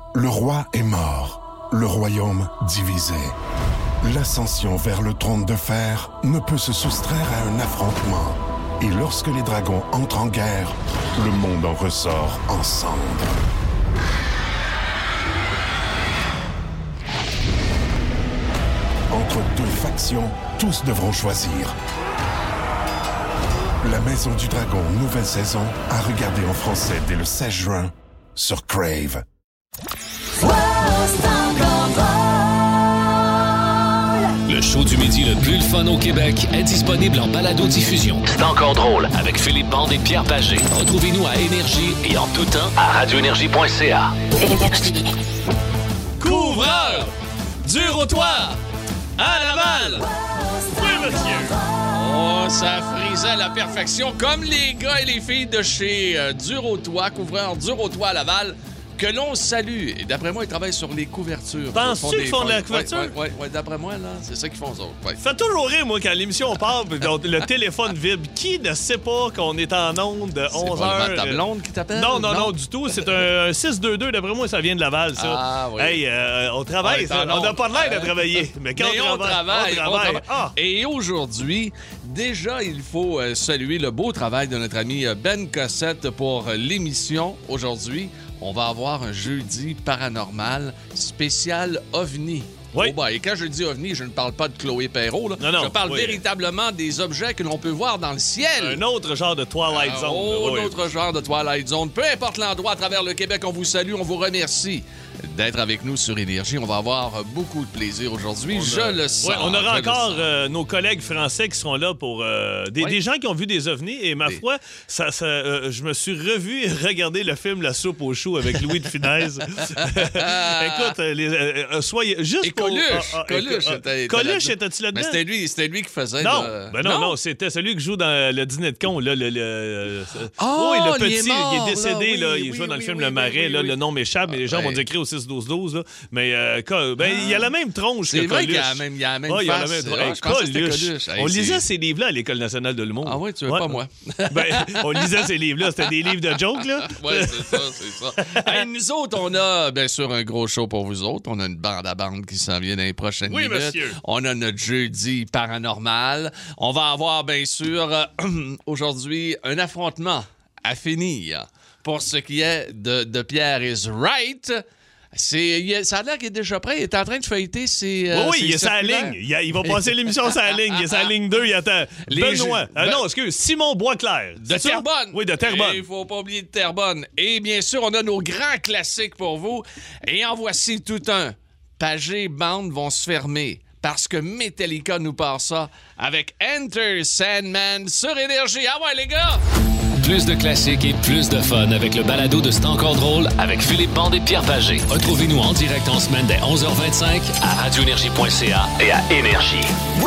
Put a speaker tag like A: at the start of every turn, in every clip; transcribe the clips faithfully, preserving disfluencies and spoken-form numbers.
A: Le roi est mort, le royaume divisé. L'ascension vers le trône de fer ne peut se soustraire à un affrontement. Et lorsque les dragons entrent en guerre, le monde en ressort en cendres. Entre deux factions, tous devront choisir. La Maison du Dragon, nouvelle saison, à regarder en français dès le seize juin sur Crave.
B: Le show du midi le plus le fun au Québec est disponible en balado-diffusion. C'est encore drôle avec Philippe Bande et Pierre Pagé. Retrouvez-nous à Énergie et en tout temps à radio énergie point c a.
C: Énergie.
D: Couvreur du rotoir à Laval. Oui, monsieur. Oh, ça frisait à la perfection, comme les gars et les filles de chez euh, Durotois, couvreur Durotois à Laval, que l'on salue. Et d'après moi, ils travaillent sur les couvertures.
E: Penses-tu qu'ils font de la couverture?
D: Oui, oui, oui, d'après moi, là, c'est ça qu'ils font, eux autres. Ouais.
E: Fait toujours rire, moi, quand l'émission part, le téléphone vibre. Qui ne sait pas qu'on est en onde de onze heures?
D: C'est pas ta blonde qui t'appelle?
E: Non, non, non, non, du tout. C'est un six deux deux. D'après moi, ça vient de Laval, ça.
D: Ah, oui.
E: Hey, euh, on travaille.
D: On,
E: on n'a pas de l'air de travailler. Mais quand
D: Mais
E: on,
D: on,
E: travaille,
D: travaille,
E: on travaille.
D: on travaille.
E: Ah.
D: Et aujourd'hui, déjà, il faut euh, saluer le beau travail de notre ami Ben Cossette pour euh, l'émission aujourd'hui. On va avoir un jeudi paranormal spécial OVNI.
E: Oui.
D: Oh bah, et quand je dis OVNI, je ne parle pas de Chloé Perrault. Là.
E: Non, non,
D: je parle
E: oui.
D: véritablement des objets que l'on peut voir dans le ciel.
E: Un autre genre de Twilight
D: Ah,
E: Zone.
D: Oh,
E: oui.
D: un autre genre de Twilight Zone. Peu importe l'endroit à travers le Québec, on vous salue, on vous remercie d'être avec nous sur Énergie. On va avoir beaucoup de plaisir aujourd'hui.
E: On
D: Je
E: a...
D: le sens.
E: Ouais, on aura
D: je
E: encore euh, nos collègues français qui seront là pour euh, des,
D: ouais.
E: des gens qui ont vu des ovnis. Et ma
D: des...
E: foi, ça, ça, euh, je me suis revu et regardé le film La soupe aux choux avec Louis de Funès. Écoute, euh, les, euh, soyez juste
D: et
E: pour...
D: Coluche.
E: Ah, ah,
D: Coluche,
E: ah,
D: était,
E: Coluche,
D: était
E: étais-tu là-dedans?
D: Mais c'était lui, c'était lui qui faisait.
E: Non,
D: le...
E: ben non, non, non, c'était celui qui joue dans le dîner de con. Là, le, le,
D: oh,
E: oh, et le
D: il
E: petit,
D: est mort,
E: il est décédé.
D: là,
E: Là,
D: oui,
E: il
D: oui,
E: joue dans
D: oui,
E: le film
D: oui,
E: Le
D: oui,
E: Marais.
D: oui,
E: là,
D: oui.
E: Le nom m'échappe, mais les gens
D: ouais.
E: vont nous écrire au six douze douze. Là. Mais euh, ben, il y a la même tronche
D: C'est
E: que
D: vrai
E: Coluche.
D: qu'il y a la même, il y a la même
E: oh, il y a la
D: face.
E: même tronche.
D: Ah,
E: Hey,
D: je pensais que c'était
E: Coluche.
D: Coluche. Hey,
E: on
D: c'est...
E: lisait ces livres-là à l'École nationale de l'humour.
D: Ah oui, tu veux
E: ouais.
D: pas moi.
E: ben, on lisait ces livres-là. C'était des livres de jokes, là.
D: Oui, c'est ça, c'est ça. Hey, nous autres, on a bien sûr un gros show pour vous autres. On a une bande à bande qui s'en vient dans les prochaines
E: oui,
D: minutes.
E: Monsieur.
D: On a notre jeudi paranormal. On va avoir bien sûr euh, aujourd'hui un affrontement à finir pour ce qui est de, de Pierre is right. C'est, il, ça a l'air qu'il est déjà prêt. Il est en train de feuilleter ses. Euh,
E: oui,
D: ses
E: il est sa
D: circulaires.
E: ligne. Il, a, il va passer l'émission sur la ligne. Il est sa ligne deux. Il attend.
D: Les
E: Benoît.
D: jeux-
E: Ah,
D: Ben-
E: non, excuse. Simon Boisclair.
D: De
E: C'est ça?
D: Terrebonne.
E: Oui, de Terrebonne.
D: Il faut pas oublier de Terrebonne. Et bien sûr, on a nos grands classiques pour vous. Et en voici tout un. Pagé Band vont se fermer parce que Metallica nous part ça avec Enter Sandman sur Énergie. Ah ouais, les gars!
B: Plus de classiques et plus de fun avec le balado de C'est encore drôle avec Philippe Bande et Pierre Pagé. Retrouvez-nous en direct en semaine dès onze heures vingt-cinq à radio énergie point c a et à Énergie.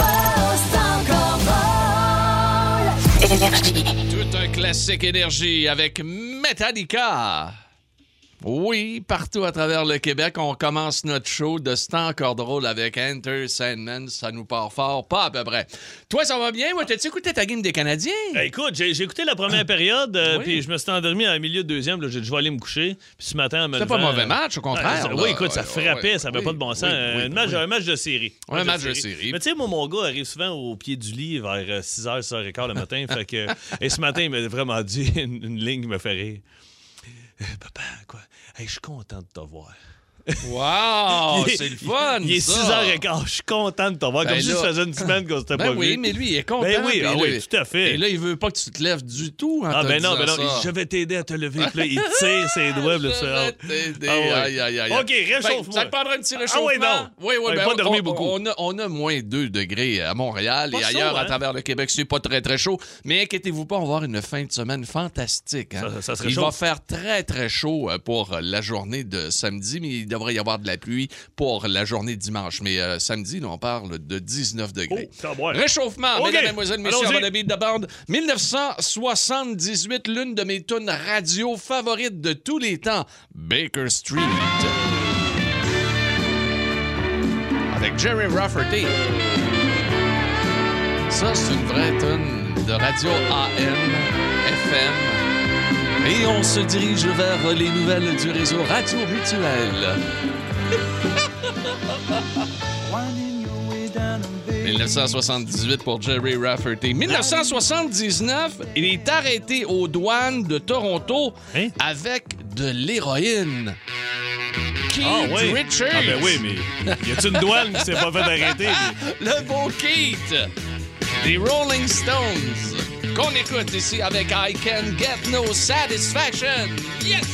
C: Énergie.
D: Tout un classique Énergie avec Metallica. Oui, partout à travers le Québec, on commence notre show de C'est encore drôle avec Enter Sandman. Ça nous part fort, pas à peu près. Toi, ça va bien? Moi, t'as-tu écouté ta game des Canadiens?
E: Eh, écoute, j'ai, j'ai écouté la première période, euh,
D: Oui.
E: puis je me suis endormi à milieu de deuxième. Là, j'ai dû aller me coucher. Puis ce matin, en me
D: C'était pas un
E: levant,
D: mauvais match, au contraire.
E: Ah, ça-
D: là.
E: oui, écoute, ça
D: Ouais,
E: frappait,
D: ouais,
E: ça n'avait
D: oui,
E: pas de bon sens.
D: oui,
E: un,
D: oui,
E: match,
D: oui.
E: un match de série.
D: Ouais, un match de série.
E: Mais tu sais, moi, mon gars arrive souvent au pied du lit vers six heures, six heures quinze le matin. fait que, et ce matin, il m'a vraiment dit une, une ligne qui me fait rire. Euh, papa, quoi? Hey, je suis content de te voir.
D: Wow,
E: Il est-
D: c'est le fun,
E: Il est
D: ça.
E: six heures quinze, je suis content de te voir.
D: Ben
E: Comme si
D: là-
E: ça faisait une semaine qu'on s'était
D: Ben
E: pas
D: oui,
E: vu.
D: mais lui, il est content.
E: Ben oui,
D: puis
E: ah
D: là,
E: oui, tout à fait.
D: Et là, il veut pas que tu te lèves du tout. En
E: Ah
D: te
E: ben non, ben
D: disant
E: non,
D: ça.
E: je vais t'aider à te lever. Puis là, il tire ses doigts. Là,
D: Je
E: ça.
D: vais t'aider.
E: Ah ouais.
D: Aïe, aïe, aïe.
E: OK, réchauffe-moi.
D: Ben, ça te prendra un petit
E: Ah
D: réchauffement?
E: ouais, non.
D: Oui, oui,
E: Ouais,
D: ben,
E: pas
D: on,
E: dormi
D: on-
E: beaucoup.
D: On a, on a moins deux degrés à Montréal
E: Pas
D: et
E: chaud,
D: ailleurs à
E: hein?
D: travers le Québec. C'est pas très, très chaud. Mais inquiétez-vous pas, on va avoir une fin de semaine fantastique. Hein?
E: Ça- ça serait
D: il
E: chaud.
D: va faire très, très chaud euh, pour la journée de samedi, mais il devrait y avoir de la pluie pour la journée de dimanche. Mais euh, samedi, là, on parle de dix-neuf degrés.
E: Oh, ça va.
D: Réchauffement,
E: OK.
D: mesdames, mesdemoiselles, messieurs,
E: Allons-y.
D: on va le beat de bande. dix-neuf cent soixante-dix-huit, l'une de mes tunes radio favorites de tous les temps, Baker Street. Avec Jerry Rafferty. Ça, c'est une vraie tune de radio A M, F M. Et on se dirige vers les nouvelles du réseau Radio Mutuel. dix-neuf cent soixante-dix-huit pour Jerry Rafferty. dix-neuf cent soixante-dix-neuf, il est arrêté aux douanes de Toronto hein? avec de l'héroïne. Keith ah, oui. Richards.
E: Ah ben oui, mais y a-t-il une douane qui s'est pas fait arrêter? Mais...
D: Le beau Keith des Rolling Stones qu'on écoute ici avec I Can Get No Satisfaction. Yes!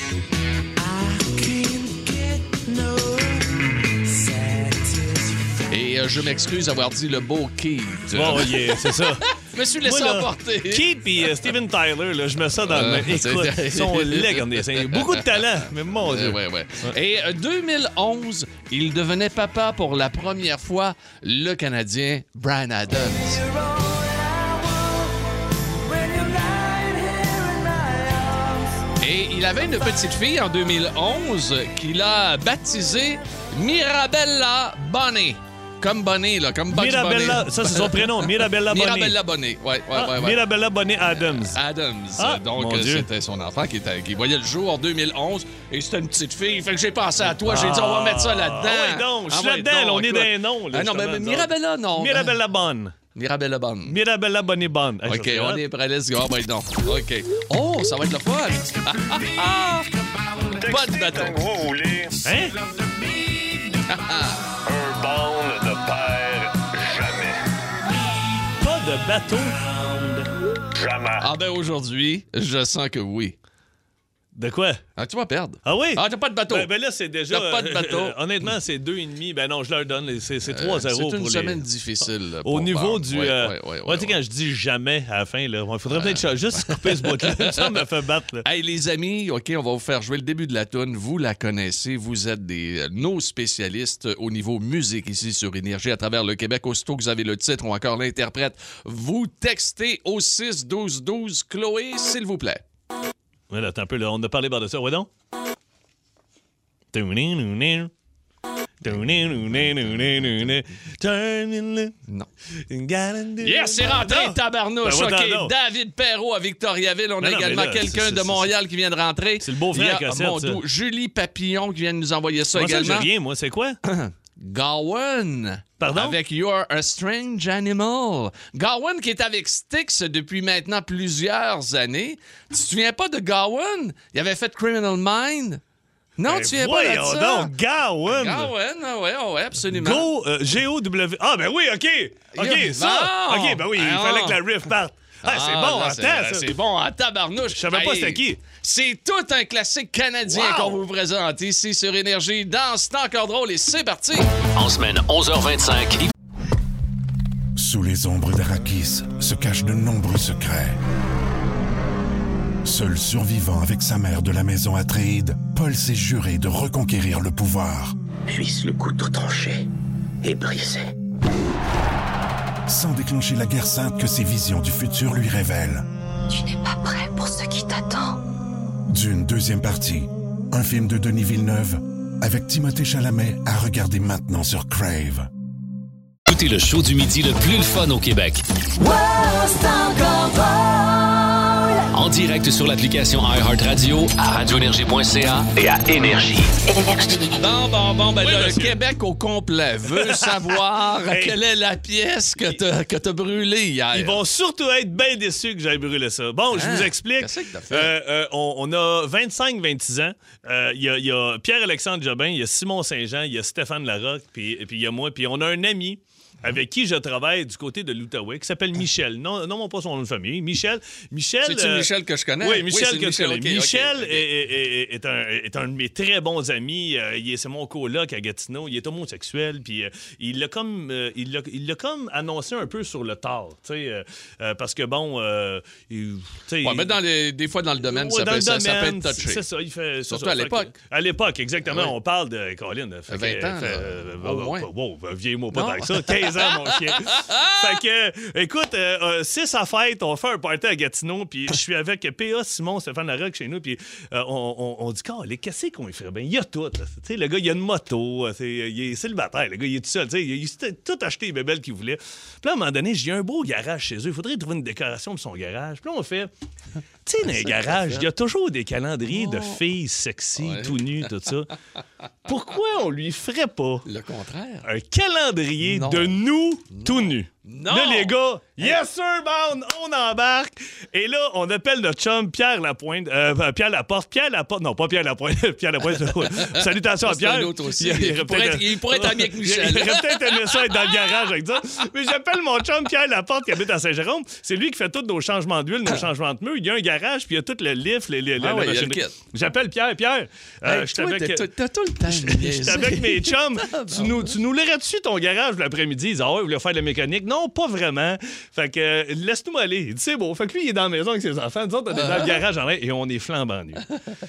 D: Et euh, je m'excuse d'avoir dit le beau Keith.
E: Bon, yeah, c'est ça.
D: Je me suis laissé Moi, là, emporter.
E: Keith et uh, Steven Tyler, là, je mets ça dans euh, le même. Écoute, ils sont laids comme des seins. Beaucoup de talent, mais mon Dieu.
D: Euh, ouais, ouais. Ouais. Et euh, deux mille onze, il devenait papa pour la première fois, le Canadien Bryan Adams. Et il avait une petite fille en deux mille onze qu'il a baptisée Mirabella Bonnet. Comme Bonnet, là, comme Bugs
E: Mirabella,
D: Bonnet.
E: Ça, c'est son prénom, Mirabella Bonnet.
D: Mirabella Bonnet, ouais, ouais,
E: ah,
D: ouais, ouais.
E: Mirabella Bonnet Adams.
D: Adams.
E: Ah,
D: donc, c'était son enfant qui, était, qui voyait le jour en deux mille onze et c'était une petite fille. Fait que j'ai pensé à toi, j'ai dit, on va mettre ça là-dedans.
E: Ah oui, donc, je suis ah, là-dedans, là, on est dans les noms. Là,
D: ah non, mais, mais Mirabella, non.
E: Mirabella Bonne.
D: Mirabella Bonne.
E: Mirabella Bonnet Bonne.
D: Hey, OK, on est prêt, let's go. Ah, ben non. OK. Oh, ça va être le fun. Pas de bâton.
E: Hein?
C: Un bond de père jamais.
E: Pas de bateau.
C: Jamais.
D: Ah ben aujourd'hui, je sens que oui.
E: De quoi?
D: Ah, tu vas perdre.
E: Ah oui?
D: Ah, t'as pas de bateau.
E: Ben, ben là, c'est déjà...
D: T'as pas de bateau.
E: Euh, honnêtement, c'est deux virgule cinq. Ben non, je leur donne. C'est, c'est trois zéro
D: euh,
E: pour les...
D: C'est une semaine difficile. Là,
E: Au niveau
D: Barbe.
E: du...
D: Ouais,
E: euh...
D: ouais, ouais,
E: ouais,
D: ouais,
E: tu sais,
D: ouais.
E: quand je dis jamais à la fin, là, il faudrait peut-être euh... juste couper ce bout-là. Ça me fait battre. Là.
D: Hey, les amis, OK, on va vous faire jouer le début de la toune. Vous la connaissez. Vous êtes des euh, nos spécialistes au niveau musique ici sur Énergie à travers le Québec. Aussitôt que vous avez le titre ou encore l'interprète, vous textez au six douze douze. Chloé, s'il vous plaît.
E: Ouais, là, attends un peu, là, on a parlé par de ça. Ouais, donc? Non.
D: Yes, c'est rentré, tabarnouche. Ben, OK, David Perrault à Victoriaville. On non, a non, également là, quelqu'un c'est, c'est, de Montréal c'est... qui vient de rentrer.
E: C'est le beau-frère
D: qui a
E: cassette,
D: mon doux, Julie Papillon qui vient de nous envoyer ça
E: moi,
D: également.
E: Ça, j'ai rien, moi. C'est quoi?
D: Gowan.
E: Pardon?
D: Avec You're a Strange Animal. Gowan qui est avec Styx depuis maintenant plusieurs années. Tu te souviens pas de Gowan? Il avait fait Criminal Mind. Non, ben tu viens pas de ça.
E: Donc, Gowan.
D: Gowan, ah ouais, ah ouais, absolument.
E: Go, euh, G O W. Ah, ben oui, OK. OK,
D: yeah.
E: ça.
D: Non.
E: OK, ben oui, il
D: ah.
E: fallait que la riff parte. Ah,
D: ah,
E: c'est bon,
D: là,
E: en
D: c'est,
E: temps, ça.
D: C'est bon, en tabarnouche.
E: Je savais pas
D: hey,
E: c'était qui.
D: C'est tout un classique canadien wow. qu'on vous présente ici sur Énergie. Dans C'est encore drôle et c'est parti.
B: En semaine, onze heures vingt-cinq.
A: Sous les ombres d'Arakis se cachent de nombreux secrets. Seul survivant avec sa mère de la maison Atréide, Paul s'est juré de reconquérir le pouvoir.
F: Puisse le couteau tranché et brisé.
A: Sans déclencher la guerre sainte que ses visions du futur lui révèlent.
G: Tu n'es pas prêt pour ce qui t'attend.
A: D'une deuxième partie, un film de Denis Villeneuve avec Timothée Chalamet à regarder maintenant sur Crave.
B: Écoutez le show du midi le plus le fun au Québec.
G: Wow, c'est encore drôle.
B: En direct sur l'application iHeartRadio, à radio énergie point c a et à Énergie.
D: Bon, bon, bon, ben
E: oui,
D: le
E: monsieur.
D: Québec au complet veut savoir hey. quelle est la pièce que t'as, que t'as brûlée hier.
E: Ils vont surtout être bien déçus que j'aille brûler ça. Bon, je
D: ah,
E: vous explique.
D: Qu'est-ce que t'as fait?
E: Euh, euh, on, on a vingt-cinq vingt-six ans. Il euh, y, y a Pierre-Alexandre Jobin, il y a Simon Saint-Jean, il y a Stéphane Larocque, puis il y a moi. Puis on a un ami avec qui je travaille du côté de l'Outaouais, qui s'appelle Michel. Non, non, pas son nom de famille. Michel. Michel.
D: C'est-tu euh... Michel que je connais?
E: Oui, Michel
D: oui,
E: que
D: Michel,
E: je connais.
D: okay,
E: Michel
D: okay, okay.
E: Est, est, est, un, est un de mes très bons amis. Euh, il est, c'est mon coloc à Gatineau. Il est homosexuel. Puis euh, il l'a comme, euh, il l'a, il l'a comme annoncé un peu sur le tard, tu sais, euh, euh, parce que bon, euh, il,
D: ouais, mais dans les, des fois dans le domaine,
E: ouais,
D: ça,
E: dans
D: peut,
E: le
D: ça,
E: domaine,
D: ça peut être touché.
E: C'est ça, il fait.
D: Surtout
E: ça,
D: à l'époque.
E: Que, à l'époque, exactement.
D: Ah ouais.
E: On parle de Colin.
D: vingt ans. Fait,
E: euh,
D: au
E: wow,
D: moins.
E: wow, wow, vieillis-moi pas
D: non.
E: avec ça. quinze Parlez-en, mon chien. Fait que, écoute, euh, euh, c'est sa fête, on fait un party à Gatineau, puis je suis avec P A, Simon, Stéphane Larocque chez nous, puis euh, on, on, on dit, oh, les qu'est-ce qu'on lui ferait bien? Il y a tout. Tu sais, le gars, il a une moto, c'est, il est célibataire, le gars, il est tout seul. Il, il a tout acheté les bébelles qu'il voulait. Puis là, à un moment donné, j'ai un beau garage chez eux. Il faudrait trouver une décoration pour son garage. Puis là, on fait, tu sais, dans les garages, il y a toujours des calendriers oh. de filles sexy, ouais. tout nues, tout ça. Pourquoi on lui ferait pas
D: le contraire?
E: Un calendrier non. de nous non. tout nus? Non. Là, les gars, yes sir, man, on embarque. Et là, on appelle notre chum Pierre Lapointe. Euh, Pierre Laporte. Pierre Laporte. Non, pas Pierre Lapointe. Pierre Lapointe. Salutations à Pierre.
D: C'est un autre aussi. Il, il, il, pourrait, être, il pourrait être ami avec Michel.
E: Il aurait peut-être aimé ça être dans le garage avec ça. Mais j'appelle mon chum Pierre Laporte qui habite à Saint-Jérôme. C'est lui qui fait tous nos changements d'huile, nos changements de pneus. Il y a un garage, puis il y a tout le lift, les, les,
D: ah
E: la
D: ouais,
E: machinerie. J'appelle Pierre. Pierre, euh,
D: hey, je t'avais... T'as tout le temps.
E: J'étais avec mes chums. Tu nous, tu nous l'aurais dessus ton garage l'après-midi. Ils disent, ah ouais, vous voulez faire de la mécanique? Non, pas vraiment. Fait que euh, laisse-nous aller. Il dit, c'est beau. Fait que lui, il est dans la maison avec ses enfants. Nous autres, on est dans le garage en l'air et on est flambant nus.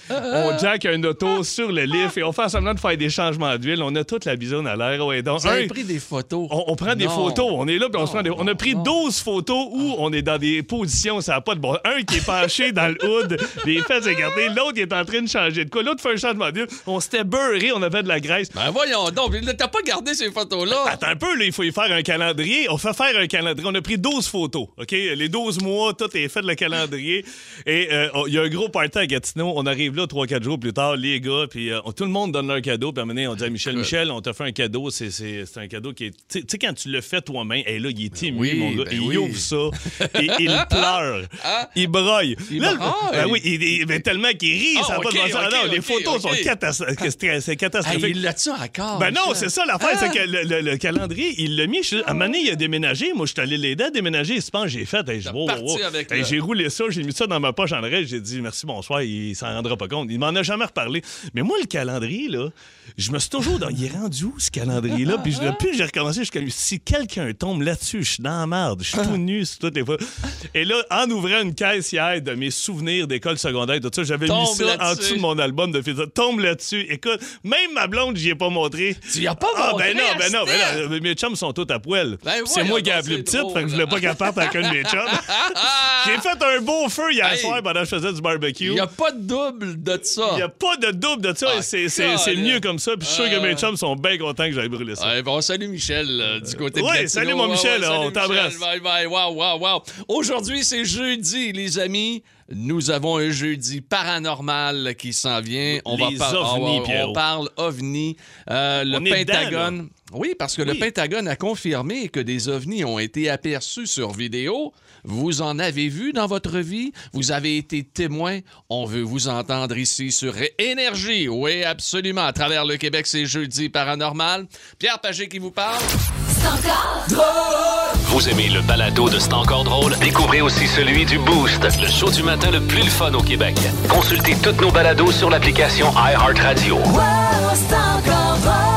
E: On jack un auto sur le lift et on fait semblant de faire des changements d'huile. On a toute la bisoune à l'air. Ouais, donc,
D: Vous avez un, pris des photos?
E: On, on prend non. des photos. On est là puis on non, se prend des... On a pris non. douze photos où on est dans des positions, ça n'a pas de bon. Un qui est penché dans le hood, les fesses écartées. L'autre qui est en train de changer de quoi. L'autre fait un changement d'huile. On s'était beurré, on avait de la graisse.
D: Ben voyons donc. T'as pas gardé ces photos-là?
E: Attends un peu, là, il faut y faire un calendrier. On fait faire un calendrier. On a pris douze photos, OK? Les douze mois, tout est fait, le calendrier. Et il euh, y a un gros party à Gatineau. On arrive là trois quatre jours plus tard, les gars, puis euh, tout le monde donne leur cadeau. Puis à un moment donné, on dit à Michel, Michel, on t'a fait un cadeau. C'est, c'est, c'est un cadeau qui est... Tu sais, quand tu le fais toi-même, hey, là, il est ému, oui, mon gars. Ben il oui. ouvre ça et il pleure. Ah? Il broille.
D: Il
E: là,
D: broille.
E: Ben oui, il, il, ben, tellement qu'il rit,
D: oh,
E: ça n'a
D: okay,
E: pas de bon sens.
D: okay,
E: Non,
D: okay,
E: les photos
D: okay.
E: sont catastrophiques. C'est catastrophique.
D: Hey, il l'a-tu encore?
E: Ben non, c'est ça l'affaire, ah. c'est que le, le, le calendrier, il l'a mis. À un moment donné, il a déménagé. Moi, je suis allé l'aider à déménager. Il se pense, j'ai fait. Hey, oh, oh. Hey, j'ai roulé ça, j'ai mis ça dans ma poche en arrière. J'ai dit merci, bonsoir. Il s'en rendra pas compte. Il m'en a jamais reparlé. Mais moi, le calendrier, là, je me suis toujours. Dans... Il est rendu où, ce calendrier-là? Puis depuis que j'ai recommencé, je suis si quelqu'un tombe là-dessus, je suis dans la merde. Je suis tout nu sur toutes les fois. Et là, en ouvrant une caisse hier de mes souvenirs d'école secondaire, tout ça, j'avais tombe mis ça là-dessus. En dessous de mon album de filles. Tombe là-dessus. Écoute, même ma blonde, j'y ai pas montré.
D: Tu y as pas
E: ah,
D: montré?
E: Ben non, ben non, ben non. Mes chums sont tous à poil. Ben c'est moi qui ai appelé petite, fait que je voulais pas qu'elle parte avec un de mes chums. J'ai fait un beau feu hier hey, soir pendant que je faisais du barbecue.
D: Il n'y a pas de double de ça.
E: Il n'y a pas de double de ça. Ah, c'est, c'est, c'est mieux comme ça. Puis je suis sûr que mes chums sont bien contents que j'aille brûler ça.
D: Ouais, bon, salut Michel, euh, du côté de
E: Oui,
D: Gatineau.
E: salut mon Michel,
D: ouais, ouais,
E: on t'embrasse.
D: Bye bye, wow, wow, wow. Aujourd'hui, c'est jeudi, les amis. Nous avons un jeudi paranormal qui s'en vient. On
E: les
D: va par-
E: ovnis,
D: on, on parle ovnis. Euh, le
E: on
D: Pentagone.
E: Dedans,
D: oui, parce que
E: oui.
D: le Pentagone a confirmé que des ovnis ont été aperçus sur vidéo. Vous en avez vu dans votre vie? Vous avez été témoin? On veut vous entendre ici sur Énergie. Oui, absolument. À travers le Québec, c'est jeudi paranormal. Pierre Pagé qui vous parle.
G: C'est encore drôle!
B: Vous aimez le balado de C'est encore drôle? Découvrez aussi celui du Boost, le show du matin le plus le fun au Québec. Consultez toutes nos balados sur l'application iHeartRadio.
G: Wow, c'est encore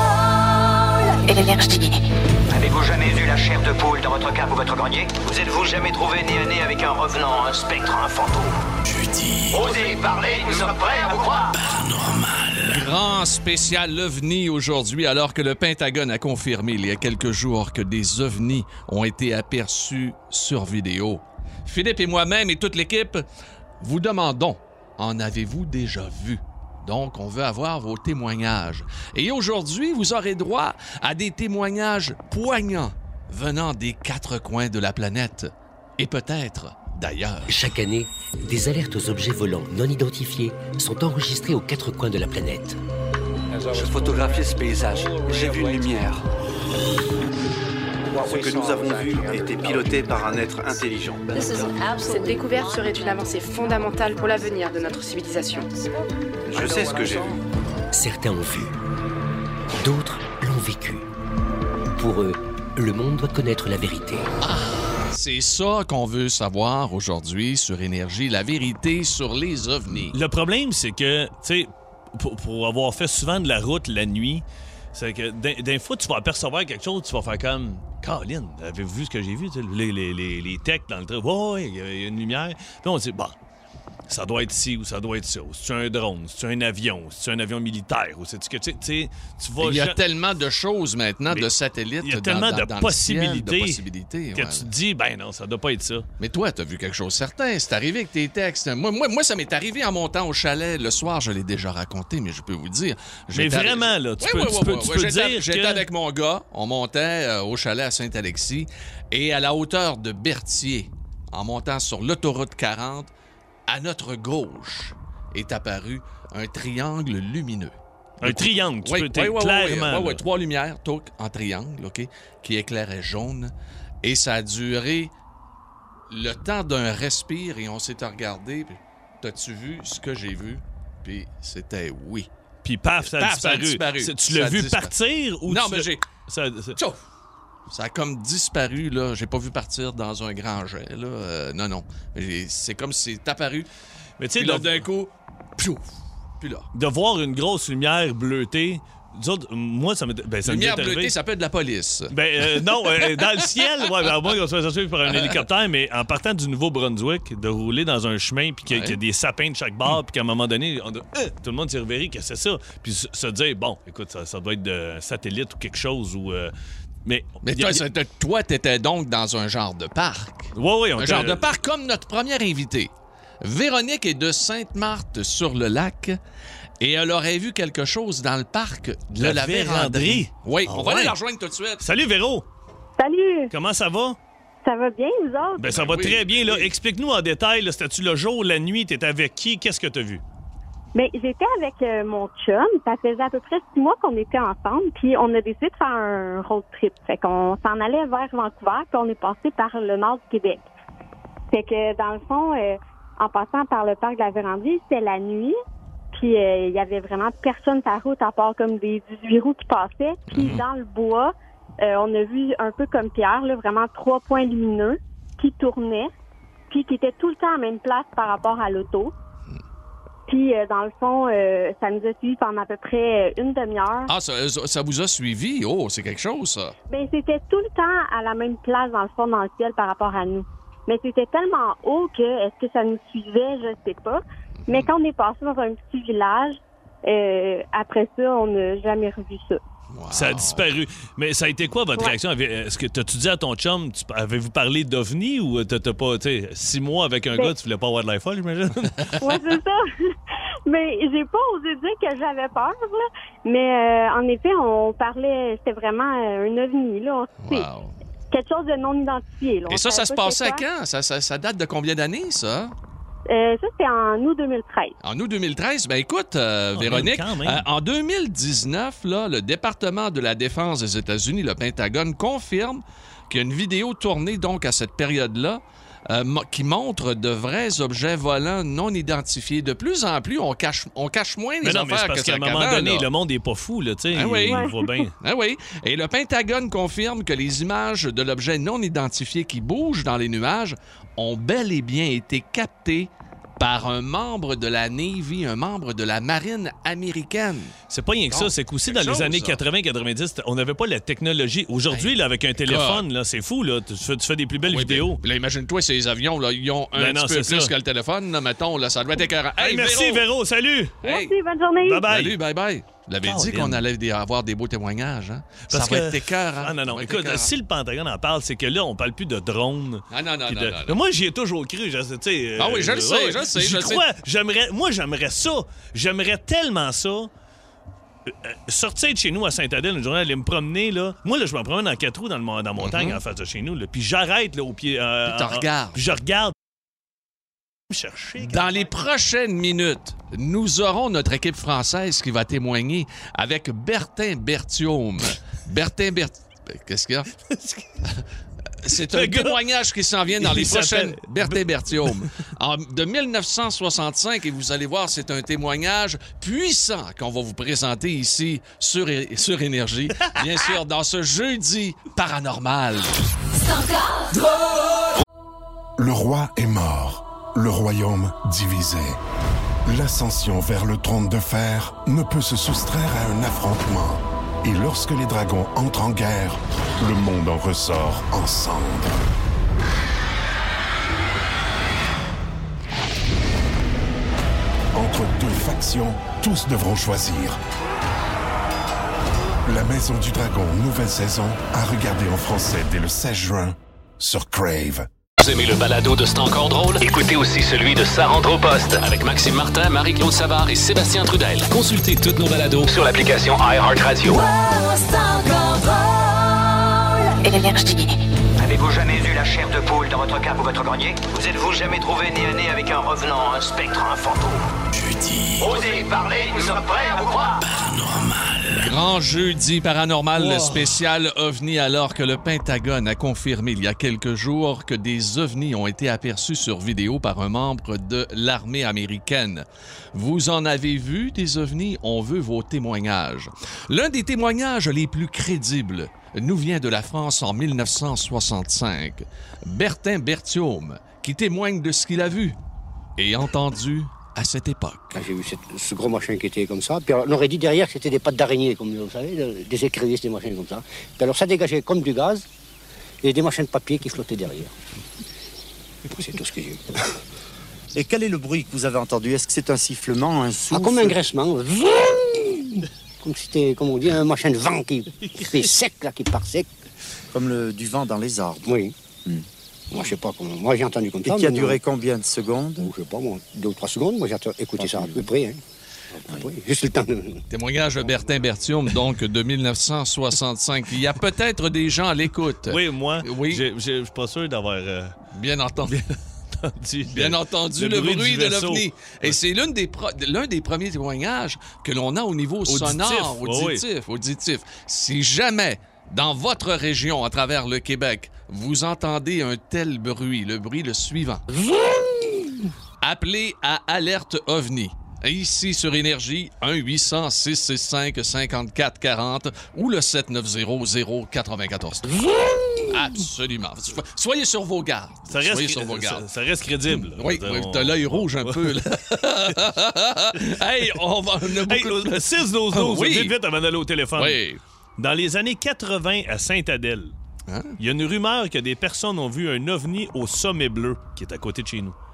G: drôle! Énergie.
H: Avez-vous jamais vu la chair de poule dans votre cave ou votre grenier? Vous êtes-vous jamais trouvé nez à nez avec un revenant, un spectre, un fantôme?
F: Jeudi.
H: Osez parler, nous sommes prêts à vous croire.
F: Paranormal.
D: Grand spécial ovni aujourd'hui, alors que le Pentagone a confirmé il y a quelques jours que des ovnis ont été aperçus sur vidéo. Philippe et moi-même et toute l'équipe vous demandons, en avez-vous déjà vu? Donc, on veut avoir vos témoignages. Et aujourd'hui, vous aurez droit à des témoignages poignants venant des quatre coins de la planète. Et peut-être d'ailleurs.
I: Chaque année, des alertes aux objets volants non identifiés sont enregistrées aux quatre coins de la planète.
J: Je photographiais ce paysage. J'ai vu une lumière. Ce que nous avons vu était piloté par un être intelligent.
K: Cette découverte serait une avancée fondamentale pour l'avenir de notre civilisation.
J: Je sais ce que j'ai vu.
I: Certains ont vu. D'autres l'ont vécu. Pour eux, le monde doit connaître la vérité.
D: Ah, c'est ça qu'on veut savoir aujourd'hui sur Énergie, la vérité sur les ovnis.
E: Le problème, c'est que, tu sais, pour, pour avoir fait souvent de la route la nuit, c'est que d'un, d'un fois, tu vas apercevoir quelque chose, tu vas faire comme Caroline, avez-vous vu ce que j'ai vu? Les, les, les, les techs dans le train, ouais, il y a une lumière. Puis on se dit, bon, ça doit être ci ou ça doit être ça. Ou c'est un drone, c'est un avion, c'est un avion militaire. Ou c'est que tu sais, tu vas.
D: Il y a
E: ja-
D: tellement de choses maintenant,
E: Mais
D: de satellites.
E: Il y a
D: dans-
E: tellement
D: dans-
E: de,
D: dans le
E: possibilités
D: ciel, de possibilités
E: que
D: ouais.
E: tu te dis, ben non, ça doit pas être ça.
D: Mais toi, t'as vu quelque chose certain. C'est arrivé avec tes textes. Moi, moi, moi ça m'est arrivé en montant au chalet le soir. Je l'ai déjà raconté, mais je peux vous le dire.
E: Mais
D: J'étais
E: vraiment,
D: avec-
E: là, tu
D: Oui,
E: peux,
D: oui,
E: tu
D: oui,
E: peux,
D: oui,
E: tu
D: oui.
E: peux
D: J'étais,
E: dire
D: j'étais
E: que...
D: avec mon gars. On montait euh, au chalet à Saint-Alexis. Et à la hauteur de Berthier, en montant sur l'autoroute quarante, à notre gauche est apparu un triangle lumineux.
E: Un
D: Le-
E: triangle, tu
D: oui,
E: peux
D: oui,
E: t'es
D: oui,
E: clairement.
D: oui, oui,
E: là.
D: trois lumières, tout en triangle, OK, qui éclairaient jaune. Et ça a duré le temps d'un respire et on s'est regardé. Puis, t'as-tu vu ce que j'ai vu? Puis c'était oui.
E: Puis paf, ça a
D: Paf, ça a
E: disparu.
D: disparu.
E: C'est- Tu
D: Ça
E: l'as
D: a
E: vu
D: disparu.
E: partir ou
D: Non,
E: tu
D: mais
E: l'as-
D: j'ai...
E: Ça, ça-
D: Tchouf! Ça a comme disparu, là. J'ai pas vu partir dans un grand jet, là. Euh, non, non. Et c'est comme si c'est apparu.
E: Mais tu sais,
D: Puis là,
E: de,
D: d'un coup, piouf! Puis là.
E: de voir une grosse lumière bleutée, nous autres, moi, ça m'est. Ben, ça m'est
D: Lumière
E: arrivé.
D: bleutée, ça peut être de la police.
E: Ben euh, non, euh, dans le ciel, ouais, ben, à moins qu'on soit suivi par un hélicoptère, mais en partant du Nouveau-Brunswick, de rouler dans un chemin, puis qu'il y, a-
D: Ouais.
E: qu'il y a des sapins de chaque bord, puis qu'à un moment donné, on a- Euh, tout le monde s'est réveillé que c'est ça. Puis se, se dire, bon, écoute, ça, ça doit être de satellite ou quelque chose, ou. euh, mais.
D: Mais
E: y a-
D: toi,
E: y a-
D: ça- toi, toi, t'étais donc dans un genre de parc.
E: ouais, ouais, on
D: Un
E: était-
D: genre de parc comme notre première invitée. Véronique est de Sainte-Marthe-sur-le-Lac et elle aurait vu quelque chose dans le parc de
E: La
D: la,
E: véranderie.
D: véranderie. Oui,
E: Ah
D: on va
E: ouais.
D: aller la rejoindre tout de suite.
E: Salut Véro!
L: Salut!
E: Comment ça va?
L: Ça va bien, vous autres?
E: Ben ça
D: Ben
E: va
D: oui,
E: très bien, là.
D: oui.
E: Explique-nous en détail, là, c'était-tu le jour, la nuit, t'étais avec qui? Qu'est-ce que t'as vu?
L: Ben, j'étais avec euh, mon chum. Ça faisait à peu près six mois qu'on était ensemble, puis on a décidé de faire un road trip. Fait qu'on s'en allait vers Vancouver, puis on est passé par le nord du Québec. Fait que, dans le fond, euh, en passant par le parc de la Vérandrie, c'était la nuit, puis euh, il y avait vraiment personne sur la route, à part comme des dix-huit roues qui passaient. Puis dans le bois, euh, on a vu un peu comme Pierre, là, vraiment trois points lumineux qui tournaient, puis qui étaient tout le temps à la même place par rapport à l'auto. Puis, euh, dans le fond, euh, ça nous a suivis pendant à peu près euh, une demi-heure.
D: Ah, ça, ça vous a suivi? Oh, c'est quelque chose, ça.
L: Ben, c'était tout le temps à la même place, dans le fond, dans le ciel, par rapport à nous. Mais c'était tellement haut que, est-ce que ça nous suivait? Je sais pas. Mais quand on est passé dans un petit village, euh, après ça, on n'a jamais revu ça.
D: Wow.
E: Ça a disparu. Mais ça a été quoi votre
L: Ouais.
E: réaction? Avez- Est-ce que t'as-tu dit à ton chum, tu- avez-vous parlé d'OVNI ou t'as t'as pas, tu sais, six mois avec un
L: Ben-
E: gars, tu voulais pas avoir de la folle, j'imagine?
L: Ouais, c'est ça. Mais j'ai pas osé dire que j'avais peur, là. Mais euh, en effet, on parlait, c'était vraiment euh, un ovni, là. C'est
D: Wow.
L: quelque chose de non identifié, là. On
D: Et ça, ça
L: savait
D: se
L: pas
D: passait à
L: c'était quoi.
D: quand? Ça, ça, ça date de combien d'années, ça?
L: Euh, ça, c'était en août deux mille treize.
D: En août deux mille treize, ben écoute, euh,
E: Oh,
D: Véronique,
E: même quand même.
D: euh, en deux mille dix-neuf, là, le département de la Défense des États-Unis, le Pentagone, confirme qu'il y a une vidéo tournée donc à cette période-là euh, mo- qui montre de vrais objets volants non identifiés. De plus en plus, on cache, on cache moins les
E: Mais non, mais c'est
D: affaires
E: parce
D: que
E: qu'à
D: ça
E: un moment
D: qu'avant,
E: donné,
D: là.
E: le monde est pas fou, là, tu sais.
D: Ah oui.
E: il, il voit bien.
D: Ah oui. Et le Pentagone confirme que les images de l'objet non identifié qui bouge dans les nuages ont bel et bien été captées par un membre de la Navy, un membre de la marine américaine.
E: C'est pas rien que ça,
D: Non,
E: c'est qu'aussi
D: quelque
E: dans les
D: chose,
E: années
D: ça.
E: quatre-vingt quatre-vingt-dix, on n'avait pas la technologie. Aujourd'hui, là, avec un téléphone, là, c'est fou, là. Tu fais, tu fais des plus belles
D: Oui,
E: vidéos.
D: ben, là, imagine-toi, ces avions, là, ils ont un
E: Ben non,
D: petit peu
E: c'est
D: plus
E: ça.
D: que le téléphone, là, mettons, là, ça doit être écœurant.
E: Hey, merci, Véro, salut!
D: Hey,
L: Merci, bonne journée.
E: Bye bye!
D: salut, bye-bye. Vous l'avez dit
E: Caroline.
D: qu'on allait des- avoir des beaux témoignages, hein?
E: Parce
D: ça va
E: que-
D: être écœurant.
E: Ah non, non,
D: Ça va être
E: écoute,
D: écœurant.
E: si le Pentagone en parle, c'est que là, on parle plus de drones.
D: Ah non, non,
E: puis
D: non,
E: de-
D: non, non.
E: Mais moi, j'y ai toujours cru. Je, tu sais,
D: Ah oui, je le
E: euh,
D: sais,
E: ouais,
D: je le sais,
E: j'y
D: je le sais.
E: crois. J'aimerais, moi, j'aimerais ça. J'aimerais tellement ça. Euh, euh, sortir de chez nous à Saint-Adèle une journée, aller me promener, là. Moi, là, je me promène en quatre roues dans, le, dans la montagne
D: Mhm.
E: en face de chez nous, là. Puis j'arrête, là, au pied. euh,
D: Puis t'en
E: en- en-
D: regardes.
E: Puis je regarde. Me chercher.
D: Dans les prochaines minutes, nous aurons notre équipe française qui va témoigner avec Bertin Berthiaume. Bertin Bert... Qu'est-ce qu'il y a? C'est un
E: Le gars,
D: témoignage qui s'en vient dans
E: il
D: les
E: s'appelle-
D: prochaines... Bertin Berthiaume. En, de mille neuf cent soixante-cinq, et vous allez voir, c'est un témoignage puissant qu'on va vous présenter ici sur, sur Énergie. Bien sûr, dans ce jeudi paranormal.
A: Le roi est mort, le royaume divisé. L'ascension vers le trône de fer ne peut se soustraire à un affrontement. Et lorsque les dragons entrent en guerre, le monde en ressort en cendres. Entre deux factions, tous devront choisir. La Maison du Dragon, nouvelle saison, à regarder en français dès le seize juin sur Crave.
B: Vous aimez le balado de C'est encore drôle? Écoutez aussi celui de Ça rentre au poste avec Maxime Martin, Marie-Claude Savard et Sébastien Trudel. Consultez toutes nos balados sur l'application iHeartRadio.
G: Wow, c'est encore drôle. Énergie.
H: Avez-vous jamais eu la chair de poule dans votre cape ou votre grenier? Vous êtes-vous jamais trouvé nez à nez avec un revenant, un spectre, un fantôme?
F: Jeudi.
H: Osez parler, nous sommes prêts à vous croire.
F: Paranormal.
D: Grand jeudi paranormal
E: Wow.
D: spécial OVNI, alors que le Pentagone a confirmé il y a quelques jours que des OVNIs ont été aperçus sur vidéo par un membre de l'armée américaine. Vous en avez vu des OVNIs? On veut vos témoignages. L'un des témoignages les plus crédibles nous vient de la France en mille neuf cent soixante-cinq. Bertin Berthiaume, qui témoigne de ce qu'il a vu et entendu à cette époque.
M: J'ai vu cette, ce gros machin qui était comme ça. Puis on aurait dit derrière que c'était des pattes d'araignée, comme vous savez, des écrevisses, des machins comme ça. Puis alors ça dégageait comme du gaz et des machins de papier qui flottaient derrière. C'est tout ce que j'ai vu.
N: Et quel est le bruit que vous avez entendu? Est-ce que c'est un sifflement, un souffle?
M: Ah, comme un graissement. Comme si c'était, comme on dit, un machin de vent qui, qui est sec, là, qui part sec.
N: Comme le, du vent dans les arbres.
M: Oui. Hmm. Moi, je sais pas comment. Moi, j'ai entendu comme
N: Et
M: ça.
N: qui a
M: mais
N: duré
M: non.
N: combien de secondes?
M: Oh, je sais pas, moi, deux ou trois secondes. Moi, j'ai écouté ça à peu près. Hein. À peu près. Juste le temps de...
D: Témoignage de Bertin Berthiaume, donc, de mille neuf cent soixante-cinq. Il y a peut-être des gens à l'écoute.
E: Oui, moi,
D: Oui.
E: j'ai- j'ai- je suis pas sûr d'avoir euh,
D: Bien entendu.
E: entendu.
D: Bien
E: le-
D: entendu,
E: le
D: le
E: bruit
D: bruit,
E: du
D: de
E: vaisseau.
D: l'OVNI. Et c'est l'un des, pro- l'un des premiers témoignages que l'on a au niveau
E: Auditif,
D: sonore,
E: oui,
D: auditif, auditif. Si jamais, dans votre région, à travers le Québec, vous entendez un tel bruit, le bruit le suivant. Appelez à Alerte OVNI. Ici sur Énergie, un huit cents six six cinq cinquante-quatre quarante ou le sept neuf zéro zéro quatre-vingt-quatorze. Absolument. Soyez sur vos gardes.
E: Ça reste,
D: Soyez sur vos
E: ça,
D: gardes.
E: ça reste crédible. là.
D: Oui,
E: On-
D: oui, t'as l'œil rouge un peu, là. Hey, on va... On a
E: Hey,
D: beaucoup de...
E: six douze douze,
D: Oui.
E: vite, vite, avant d'aller au téléphone.
D: Oui.
E: Dans les années quatre-vingt à Sainte-Adèle,
D: Hein?
E: il y a une rumeur que des personnes ont vu un ovni au Sommet Bleu, qui est à côté de chez nous.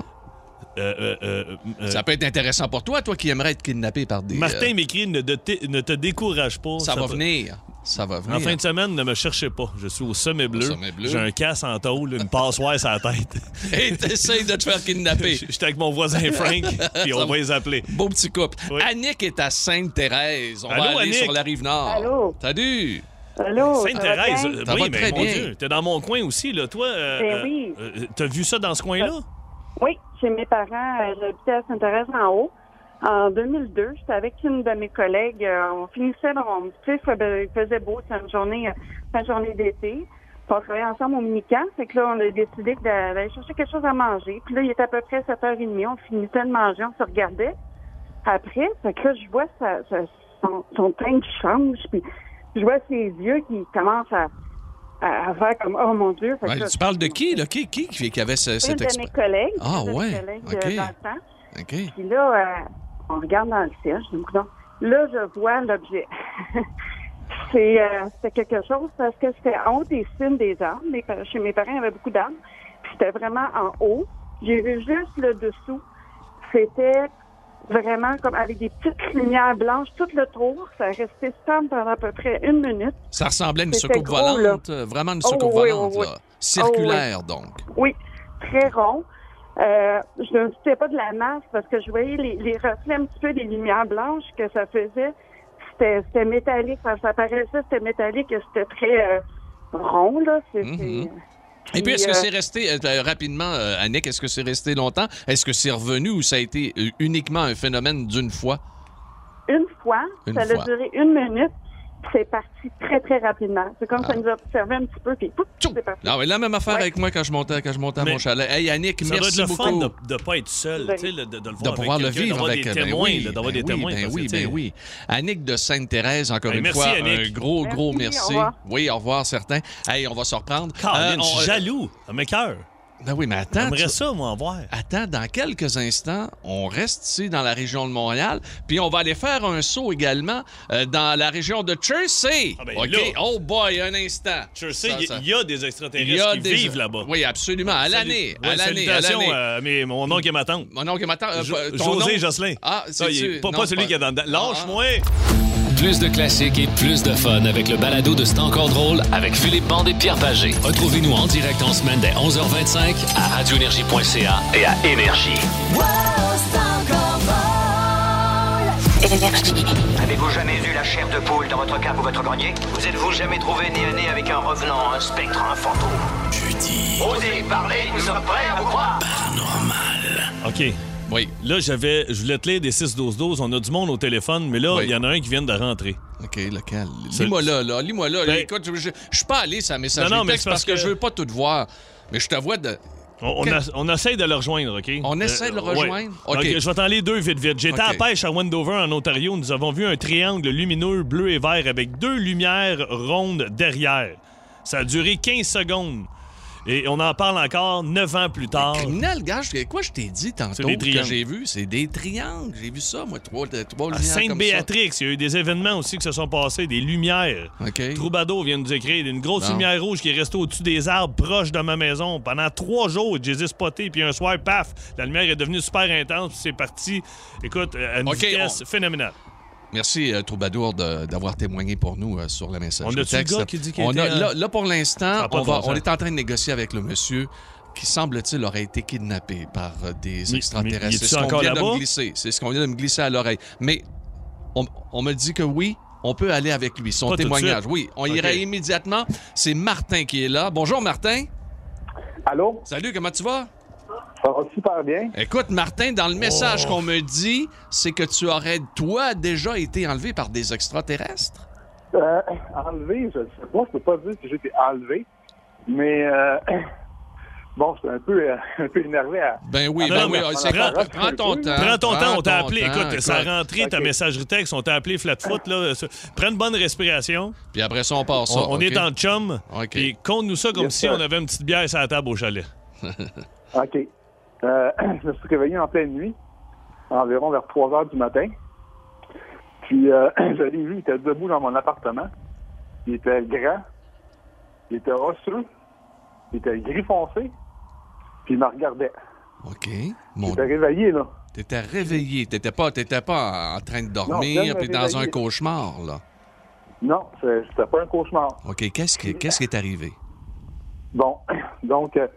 E: Euh, euh, euh, euh,
D: Ça peut être intéressant pour toi, toi qui aimerais être kidnappé par des...
E: Martin
D: euh,
E: m'écrit ne, de te- ne te décourage pas.
D: Ça va
E: peut-
D: venir. Ça va venir.
E: En fin de semaine, ne me cherchez pas. Je suis au Sommet Bleu.
D: Sommet Bleu.
E: J'ai un casse en tôle, une passoire sur la tête.
D: Et t'essayes de te faire kidnapper.
E: J'étais avec mon voisin Frank, puis on
D: Ça
E: va les appeler.
D: Beau petit couple.
E: Oui.
D: Annick est à Sainte-Thérèse. On
E: Allô,
D: va aller
E: Annick?
D: sur la Rive-Nord.
O: Allô?
D: Salut.
O: Allô?
E: Sainte-Thérèse,
O: ça va
E: euh,
O: bien?
D: Ça
E: oui,
D: va
E: mais
D: très
E: mon
D: bien.
E: Dieu, t'es dans mon coin aussi, là. Toi, euh,
O: Ben
E: euh,
O: oui.
E: euh, t'as vu ça dans ce coin-là?
O: Oui, chez mes parents, euh, j'habitais à Sainte-Thérèse-en-Haut. En deux mille deux, j'étais avec une de mes collègues. euh, on finissait, dans, tu sais, il faisait beau, c'était une journée, euh, fin de journée d'été. Puis on travaillait ensemble au mini-camp. Fait que là, on a décidé que d'a- d'aller chercher quelque chose à manger. Puis là, il était à peu près sept heures trente. On finissait de manger, on se regardait. Après, fait que là, je vois sa, sa- son, son teint qui change. Puis je vois ses yeux qui commencent à, à, à faire comme, oh mon Dieu. Fait que
D: Ouais,
O: là,
D: tu parles de qui, là? Qui, qui, qui qui avait ce-
O: une
D: cette
O: de mes
D: expérience?
O: collègues.
D: Ah,
O: une de mes
D: ouais.
O: collègues,
D: OK.
O: euh, dans le temps.
D: OK.
O: Puis là, euh, on regarde dans le ciel. Je dis, coudonc. Là, je vois l'objet. c'est, euh, c'était quelque chose parce que c'était en haut des cimes des arbres. Mes pa- chez mes parents, il y avait beaucoup d'arbres. Puis c'était vraiment en haut. J'ai vu juste le dessous. C'était vraiment comme avec des petites lumières blanches tout le tour. Ça restait stable pendant à peu près une minute.
D: Ça ressemblait à une
O: C'était
D: soucoupe
O: gros,
D: volante.
O: là.
D: euh, Vraiment une
O: Oh,
D: soucoupe
O: oui,
D: volante,
O: oui, oui.
D: là. Circulaire,
O: Oh, oui.
D: donc.
O: Oui, très rond. Euh, je ne doutais pas de la masse parce que je voyais les, les reflets un petit peu des lumières blanches que ça faisait. C'était, c'était métallique. Ça, ça paraissait, c'était métallique et c'était très euh, rond, là. C'était,
D: Mhm. Et puis, est-ce que
O: euh,
D: c'est resté, euh, euh, rapidement, euh, Annick, est-ce que c'est resté longtemps? Est-ce que c'est revenu ou ça a été euh, uniquement un phénomène d'une fois?
O: Une fois,
D: Une
O: ça
D: fois.
O: a duré une minute. C'est parti très, très rapidement. C'est comme ça nous a observé un petit peu, puis pouf, c'est parti.
D: Ah oui, la même affaire avec moi quand je montais, quand je montais à
E: Mais
D: mon chalet. Hey, Annick,
E: Ça doit
D: merci
E: être le
D: beaucoup.
E: fun de ne pas être seul, tu sais, de, de le voir
D: De pouvoir
E: avec
D: le
E: quelqu'un,
D: vivre
E: d'avoir
D: avec
E: des
D: ben
E: témoins,
D: oui,
E: là, d'avoir
D: ben
E: des
D: oui,
E: témoins.
D: ben
E: parce que,
D: oui,
E: tu sais,
D: ben oui. Annick de Sainte-Thérèse, encore
E: Hey,
D: une
E: merci,
D: fois,
E: Annick.
D: un gros, gros
O: Merci,
D: merci.
O: au revoir.
D: Oui, au revoir, certains. Hey, on va se reprendre.
E: Caroline,
D: Euh,
E: je
D: on-
E: suis jaloux, à mes cœurs.
P: Ben oui, mais attends.
E: J'aimerais
P: tu...
E: ça, moi, en voir.
P: Attends, dans quelques instants, on reste ici dans la région de Montréal, puis on va aller faire un saut également euh, dans la région de Jersey.
E: Ah ben
P: OK?
E: là...
P: Oh boy, un instant.
E: Jersey, il y, y a des extraterrestres
P: y a
E: qui
P: des...
E: vivent là-bas.
P: Oui, absolument. À l'année.
E: Ouais,
P: à l'année. À
E: salutations
P: l'année.
E: à mes, mon oncle et ma tante.
P: Mon oncle et ma tante. Euh,
E: Jo-
P: ton
E: José
P: nom?
E: Jocelyn.
P: Ah, c'est tu...
E: Pas,
P: non,
E: pas celui
P: pas...
E: qui est dans... Lâche-moi!
B: Plus de classiques et plus de fun avec le balado de C'est encore drôle avec Philippe Bande et Pierre Pagé. Retrouvez-nous en direct en semaine dès onze heures vingt-cinq à radio énergie point c a et à Énergie.
H: Énergie. Avez-vous jamais eu la chair de poule dans votre cave ou votre grenier? Vous êtes-vous jamais trouvé nez à nez avec un revenant, un spectre, un fantôme?
F: Jeudi.
H: Osez parler, nous sommes prêts à vous croire.
F: Paranormal.
E: OK.
P: Oui.
E: Là, j'avais, je voulais te lire des six douze douze. On a du monde au téléphone, mais là, il
P: Oui.
E: y en a un qui vient de rentrer.
P: OK, lequel?
E: C'est-
P: Lis-moi là, là. Lis-moi là.
E: Ben-
P: Écoute, je, je, je suis pas allé sur la messagerie
E: Non, non, mais
P: texte
E: c'est
P: parce
E: parce
P: que...
E: que
P: je veux pas tout voir. Mais je te vois de...
E: On, on,
P: Quel-
E: a- on essaie de le rejoindre, OK?
P: On essaie de le
E: ouais.
P: rejoindre? OK.
E: OK, je vais t'en lire deux vite, vite. J'étais
P: OK.
E: à la pêche à Wendover, en Ontario. Nous avons vu un triangle lumineux bleu et vert avec deux lumières rondes derrière. Ça a duré quinze secondes. Et on en parle encore neuf ans plus tard.
P: Criminel, gars, je- quoi je t'ai dit tantôt
E: C'est des
P: que
E: triangles.
P: j'ai vu? C'est des triangles. J'ai vu ça, moi, trois, trois
E: À
P: lumières comme ça.
E: Sainte-Béatrix, il y a eu des événements aussi qui se sont passés, des lumières.
P: OK.
E: Troubadour vient de nous écrire une grosse
P: Bon.
E: lumière rouge qui est restée au-dessus des arbres proches de ma maison. Pendant trois jours, je les ai spotés, puis un soir, paf, la lumière est devenue super intense, puis c'est parti, écoute, à une
P: OK,
E: vitesse
P: on-
E: phénoménale.
P: Merci, euh, Troubadour, de- d'avoir témoigné pour nous euh, sur la message.
E: On a-tu le gars qui dit qu'il
P: on
E: était,
P: a,
E: euh,
P: là, là, pour
E: Ça
P: l'instant,
E: a pas
P: on,
E: de
P: va,
E: bon sens.
P: on est en train de négocier avec le monsieur qui, semble-t-il, aurait été kidnappé par euh, des
E: Mais-
P: extraterrestres.
E: mais il est-tu
P: C'est ce qu'on
E: encore
P: vient de
E: là-bas?
P: me glisser. C'est ce qu'on vient de me glisser à l'oreille. Mais on, on me dit que oui, on peut aller avec lui. Son
E: Pas tout de
P: témoignage,
E: suite.
P: oui. On
E: OK.
P: irait immédiatement. C'est Martin qui est là. Bonjour, Martin.
Q: Allô?
P: Salut, comment tu vas?
Q: Ça va super bien.
P: Écoute, Martin, dans le message
E: Oh.
P: qu'on me dit, c'est que tu aurais, toi, déjà été enlevé par des extraterrestres.
Q: Euh, enlevé, je ne sais pas, je peux pas dire si j'ai été enlevé, mais euh, bon, je suis un peu, euh, un peu énervé à...
P: Ben oui,
E: Non,
P: ben
E: non,
P: oui,
E: mais
P: c'est-
E: prends-
P: prends, prends ton temps.
E: Prends ton temps, on t'a
P: ton
E: appelé.
P: temps,
E: Écoute, ça a rentré ta
Q: OK.
E: messagerie texte, on t'a appelé Flatfoot. Là. Prends une bonne respiration.
P: Puis après ça, on part ça.
E: On, on
P: OK?
E: est en chum.
P: OK.
E: Puis compte-nous ça comme
Q: Yes,
E: si
Q: sir.
E: on avait une petite bière sur la table au chalet.
Q: OK. Euh, je me suis réveillé en pleine nuit, environ vers trois heures du matin. Puis, euh, je l'ai vu, il était debout dans mon appartement. Il était grand, il était osseux, il était gris foncé, puis il me regardait.
P: OK.
Q: Il
P: Mon...
Q: était réveillé, là.
P: T'étais réveillé. T'étais pas, t'étais pas en train de
Q: Non,
P: dormir
Q: je viens de
P: puis
Q: me
P: dans un
Q: réveiller.
P: cauchemar, là.
Q: Non, c'est- c'était pas un cauchemar.
P: OK. Qu'est-ce qui, qu'est-ce qui est arrivé?
Q: Bon, donc, euh,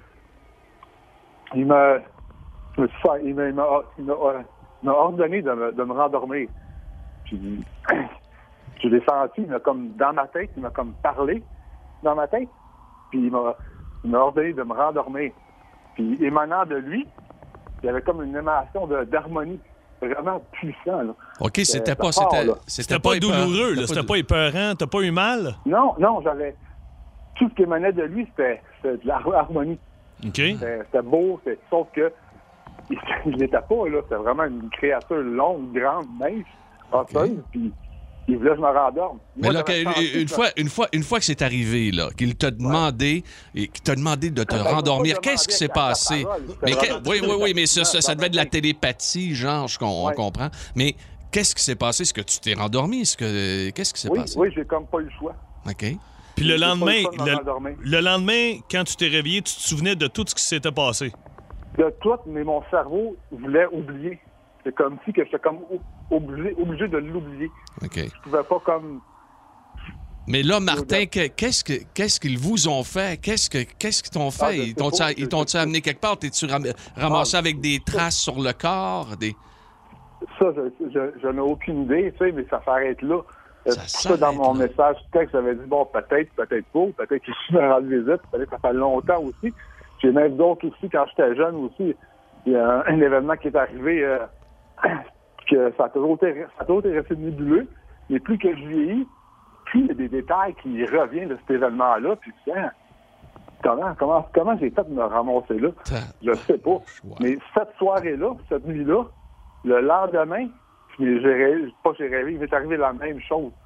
Q: il m'a je me suis fait- il m'a- il m'a il m'a- euh, il m'a ordonné de me, de me rendormir. Puis, je l'ai senti, il m'a comme, dans ma tête, il m'a comme parlé dans ma tête, puis il m'a il m'a ordonné de me rendormir. Puis, émanant de lui, il y avait comme une émanation de- d'harmonie vraiment puissant, là.
P: OK, c'était
Q: Euh,
P: pas,
Q: ça part,
P: c'était,
Q: là.
E: C'était pas
P: épeurant.
E: douloureux, là.
P: C'était
E: C'était
P: pas
E: pas épeurant. T'as pas eu mal?
Q: Non, non, j'avais... Tout ce qui émanait de lui, c'était c'était de l'harmonie.
E: OK.
Q: C'était c'était beau, c'était- sauf que il il l'était pas, là. C'était vraiment une créature longue, grande, mince, osseuse, puis il voulait que je me rendorme.
P: Mais
Q: Moi,
P: là,
Q: j'avais
P: que-
Q: senti
P: une
Q: ça.
P: fois, une fois, une fois que c'est arrivé, là, qu'il t'a demandé, et qu'il t'a demandé de te
Q: Ben, il m'a
P: rendormir,
Q: pas
P: qu'est-ce qui
Q: demandé
P: s'est
Q: avec la
P: passé?
Q: parole, c'était
P: Mais que-
Q: vraiment
P: oui, oui, oui, mais ça,
Q: dans
P: ça, ça
Q: ma
P: devait être de la
Q: tête.
P: télépathie, genre, je, on, on
Q: Ouais.
P: comprend. Mais qu'est-ce qui s'est passé? Est-ce que tu t'es rendormi? Est-ce que, qu'est-ce qui s'est
Q: Oui,
P: passé?
Q: oui, j'ai comme pas eu le choix.
P: OK.
E: Puis le
Q: J'ai pas eu
E: lendemain,
Q: le choix de me
E: le,
Q: rendormir.
E: le lendemain, quand tu t'es réveillé, tu te souvenais de tout ce qui s'était passé.
Q: De tout, mais mon cerveau voulait oublier. C'est comme si que j'étais comme o- obligé, obligé de l'oublier.
P: OK.
Q: Je pouvais pas comme...
P: Mais là, Martin, que- qu'est-ce que qu'est-ce qu'ils vous ont fait? Qu'est-ce que qu'est-ce qu'ils t'ont fait?
Q: Ah, je
P: ils
Q: sais
P: t'ont-tu
Q: pas,
P: ils
Q: je
P: t'ont-tu
Q: sais
P: amené quelque part? T'es-tu ram- ramassé
Q: Ah,
P: avec des traces sur le corps? Des...
Q: Ça, je, je, je n'ai aucune idée, tu sais, mais ça s'arrête là. Euh,
P: Ça
Q: C'est pour ça, dans
P: s'arrête
Q: mon
P: là.
Q: message texte, j'avais dit, bon, peut-être, peut-être pas, peut-être que je suis rendu visite, peut-être que ça fait longtemps aussi. J'ai même d'autres aussi, quand j'étais jeune aussi, il y a un, un événement qui est arrivé, euh, que ça a toujours été, ça a toujours été resté nébuleux, mais plus que je vieillis, plus il y a des détails qui reviennent de cet événement-là, puis tiens, comment, comment, comment j'ai fait de me ramasser là? Je sais pas. Mais cette soirée-là, cette nuit-là, le lendemain, puis j'ai rêvé, pas j'ai rêvé, il m'est arrivé la même chose.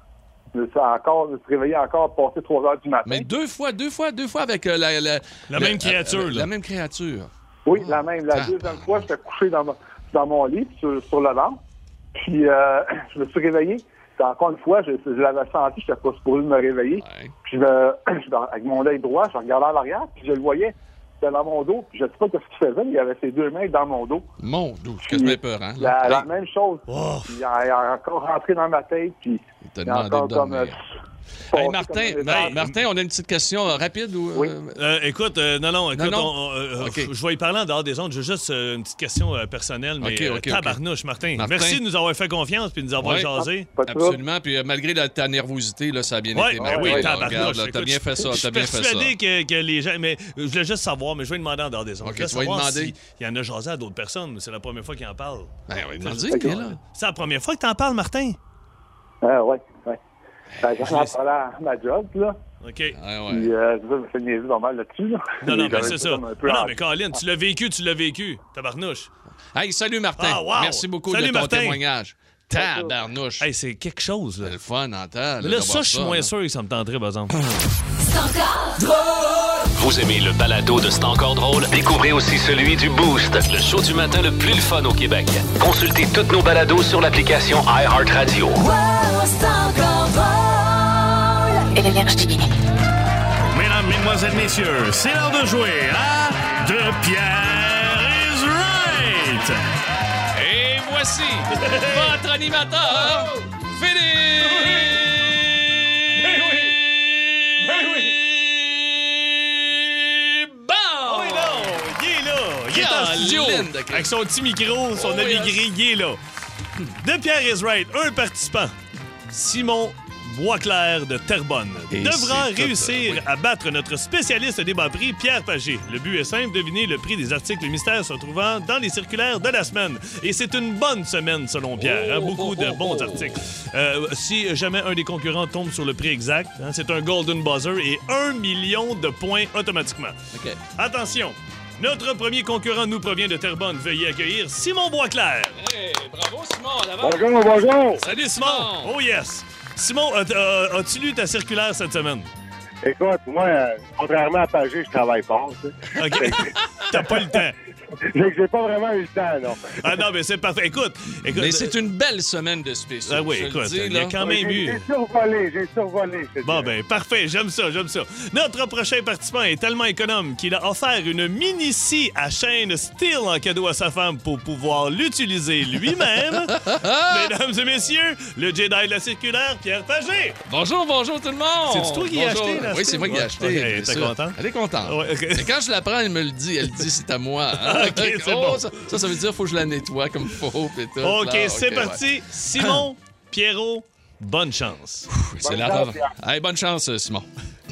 Q: Je me suis encore, je me suis réveillé encore passé trois heures du matin.
P: Mais deux fois, deux fois, deux fois avec euh, la, la,
E: la même créature.
P: Euh,
E: là.
P: La même créature.
Q: Oui, la même. La ah. deuxième fois, j'étais couché dans, ma, dans mon lit, sur, sur le ventre. Puis, euh, je me suis réveillé. Puis encore une fois, je, je l'avais senti, je n'étais pas supposé me réveiller. Ouais. Puis, je me, je, avec mon œil droit, je regardais à l'arrière, puis je le voyais. C'était dans mon dos. Puis, je ne sais pas ce qu'il faisait, mais il avait ses deux mains dans mon dos.
P: Mon dos, c'est quasiment peur, hein?
Q: La, hey. la même chose. Oh. Il, a, il a encore rentré dans ma tête, puis il, il a encore comme... Euh,
P: Hey, Martin, ben, Martin, on a une petite question euh, rapide ou
Q: oui.
E: euh, écoute, euh, non, non, écoute,
P: non, non.
E: On, euh,
P: okay.
E: je vais y parler en dehors des ondes. J'ai juste euh, une petite question euh, personnelle, mais
P: okay, okay,
E: euh, tabarnouche,
P: okay.
E: Martin.
P: Martin.
E: Merci de nous avoir fait confiance puis de nous avoir
P: ouais.
E: jasé.
P: Absolument. Puis euh, malgré la, ta nervosité, là, ça a bien
E: ouais,
P: été.
E: Ben oui, oui, tabarnouche.
P: T'as bien fait ça.
E: Je suis persuadé que, que les gens. Mais je voulais juste savoir, mais je vais demander en dehors des ondes.
P: Okay, tu vas lui demander.
E: Il y en a jasé à d'autres personnes, mais c'est la première fois qu'il en parle.
P: Ben, on va lui demander, là.
E: C'est la première fois que tu en parles, Martin?
Q: Ah, ouais, ouais. Ben, j'en ai parlé à ma job, là.
E: OK.
P: Ah ouais.
Q: Puis, euh, ça me fait niaiser pas mal là-dessus, là.
E: Non, non, mais c'est ça. Non, non, mais Colin, tu l'as vécu, tu l'as vécu. Tabarnouche.
P: Hey, salut, Martin.
E: Ah, wow.
P: Merci beaucoup
E: salut,
P: de ton
E: Martin.
P: témoignage. Tabarnouche.
E: Hey, c'est quelque chose, là.
P: C'est le fun, en temps.
E: Là, là ça, je suis moins là. sûr que ça me tenterait, par exemple.
B: C'est encore drôle! Vous aimez le balado de C'est encore drôle? Découvrez aussi celui du Boost, le show du matin le plus le fun au Québec. Consultez toutes nos balados sur l'application iHeartRadio.
G: Wow, c'est encore drôle! Énergie.
E: Mesdames, Mesdemoiselles, Messieurs, c'est l'heure de jouer à De Pierre is Right!
P: Et voici votre animateur, Philippe!
E: Ben oui! Ben oui!
P: Bon!
E: Oh, il est là! Il est là! Il est en studio! Avec son petit micro, son
P: oh,
E: habit
P: yes.
E: gris, il est là. De Pierre is Right, un participant, Simon Boisclair de Terrebonne,
P: Et
E: devra
P: tout,
E: réussir
P: oui.
E: à battre notre spécialiste débat prix, Pierre Pagé. Le but est simple, deviner le prix des articles mystères se trouvant dans les circulaires de la semaine. Et c'est une bonne semaine, selon Pierre.
P: Oh,
E: hein? Beaucoup
P: oh,
E: de
P: oh,
E: bons
P: oh.
E: articles. Euh, si jamais un des concurrents tombe sur le prix exact, hein, c'est un golden buzzer et un million de points automatiquement.
P: Okay.
E: Attention! Notre premier concurrent nous provient de Terrebonne. Veuillez accueillir Simon Boisclair.
P: Hey, bravo, Simon, en avant.
Q: Bonjour, bonjour.
E: Salut, Simon. Simon. Oh, yes. Simon, as- as- as-tu lu ta circulaire cette semaine?
R: Écoute, moi, euh, contrairement à Pagé, je travaille fort. Tu sais.
E: OK. T'as pas le temps.
R: J'ai j'ai pas vraiment eu le temps, non.
E: Ah non, mais c'est parfait. Écoute, écoute.
P: Mais c'est une belle semaine de spéciaux.
E: Ah oui,
P: je
E: écoute,
P: le dis,
E: il y a
P: là.
E: quand même
R: J'ai
E: eu.
R: j'ai survolé, j'ai survolé. je te
E: Bon,
R: dirais.
E: ben, parfait. J'aime ça, j'aime ça. Notre prochain participant est tellement économe qu'il a offert une mini-scie à chaîne Steel en cadeau à sa femme pour pouvoir l'utiliser lui-même. Mesdames et messieurs, le Jedi de la circulaire, Pierre Pagé.
P: Bonjour, bonjour tout le monde!
E: C'est-tu toi qui as
P: Bonjour.
E: acheté, là?
P: Oui, c'est moi qui ai acheté.
E: Ok,
P: bien
E: t'es
P: sûr.
E: content?
P: Elle est contente.
E: Ouais, ok.
P: Mais quand je la prends, elle me le dit. Elle dit c'est à moi. Hein?
E: Ok, c'est
P: Oh,
E: bon.
P: Ça, ça, ça veut dire qu'il faut que je la nettoie comme il faut. Et tout,
E: OK,
P: là.
E: c'est
P: Ok,
E: parti.
P: ouais.
E: Simon, Pierrot, bonne chance.
P: C'est
R: Bonne
P: la
R: chance,
P: rave.
R: Pierre.
P: Hey, bonne chance, Simon.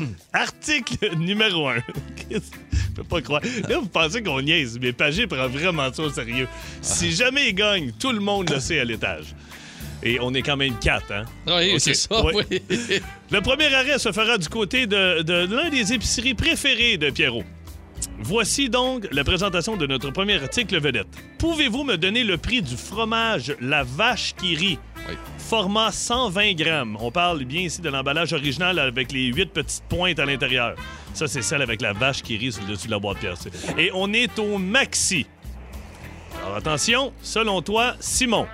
E: Article numéro un. Je peux pas croire. Là, vous pensez qu'on niaise, mais Pagé prend vraiment ça au sérieux. Si jamais il gagne, tout le monde le sait à l'étage. Et on est quand même quatre, hein?
P: Oui,
E: Ok,
P: c'est ça,
E: ouais.
P: oui.
E: Le premier arrêt se fera du côté de, de l'un des épiceries préférées de Pierrot. Voici donc la présentation de notre premier article vedette. Pouvez-vous me donner le prix du fromage La Vache qui rit?
P: Oui.
E: Format cent vingt grammes. On parle bien ici de l'emballage original avec les huit petites pointes à l'intérieur. Ça, c'est celle avec la vache qui rit sur le dessus de la boîte Pierre. Et on est au maxi. Alors attention, selon toi, Simon.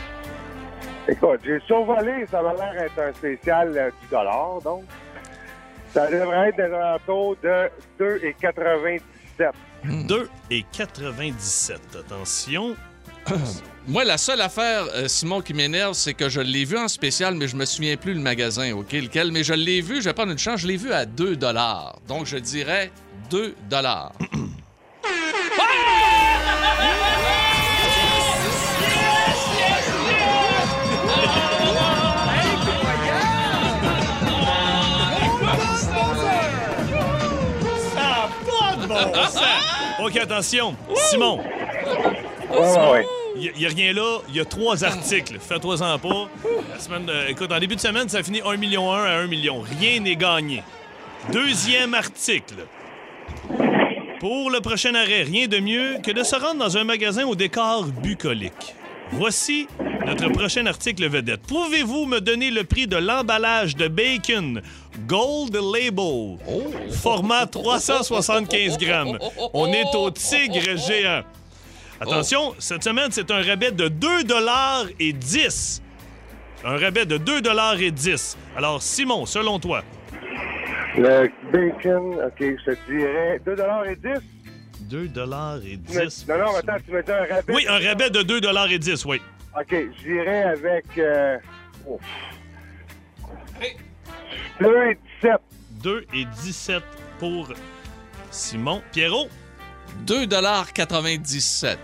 R: Écoute, j'ai survolé, ça va l'air être un spécial euh, du dollar, donc. Ça devrait être des alentours de deux virgule quatre-vingt-dix-sept.
E: deux virgule quatre-vingt-dix-sept. Attention.
P: Moi, la seule affaire, euh, Simon, qui m'énerve, c'est que je l'ai vu en spécial, mais je me souviens plus le magasin, OK, lequel. Mais je l'ai vu, je vais prendre une chance, je l'ai vu à deux dollars. Donc, je dirais deux dollars.
E: Ça a pas de bon sens. OK, attention. Simon.
R: Ouais, ouais, ouais.
E: Il n'y a rien là. Il y a trois articles. Fais-toi-en pas. La semaine de- Écoute, en début de semaine, ça finit un million un à un million. Rien n'est gagné. Deuxième article. Pour le prochain arrêt, rien de mieux que de se rendre dans un magasin au décor bucolique. Voici notre prochain article vedette. Pouvez-vous me donner le prix de l'emballage de bacon Gold Label, format trois cent soixante-quinze grammes? On est au tigre géant. Attention, cette semaine, c'est un rabais de deux dollars et dix. Un rabais de deux dollars et dix. Alors, Simon, selon toi?
R: Le bacon, OK, je te dirais deux dollars et dix.
E: deux dollars et dix.
R: Non, non, attends, tu me dis un rabais?
E: Oui, un rabais de deux dollars et dix, oui.
R: OK, j'irai avec euh... oh. deux et dix-sept.
E: deux et dix-sept pour Simon. Pierrot?
P: deux dollars quatre-vingt-dix-sept.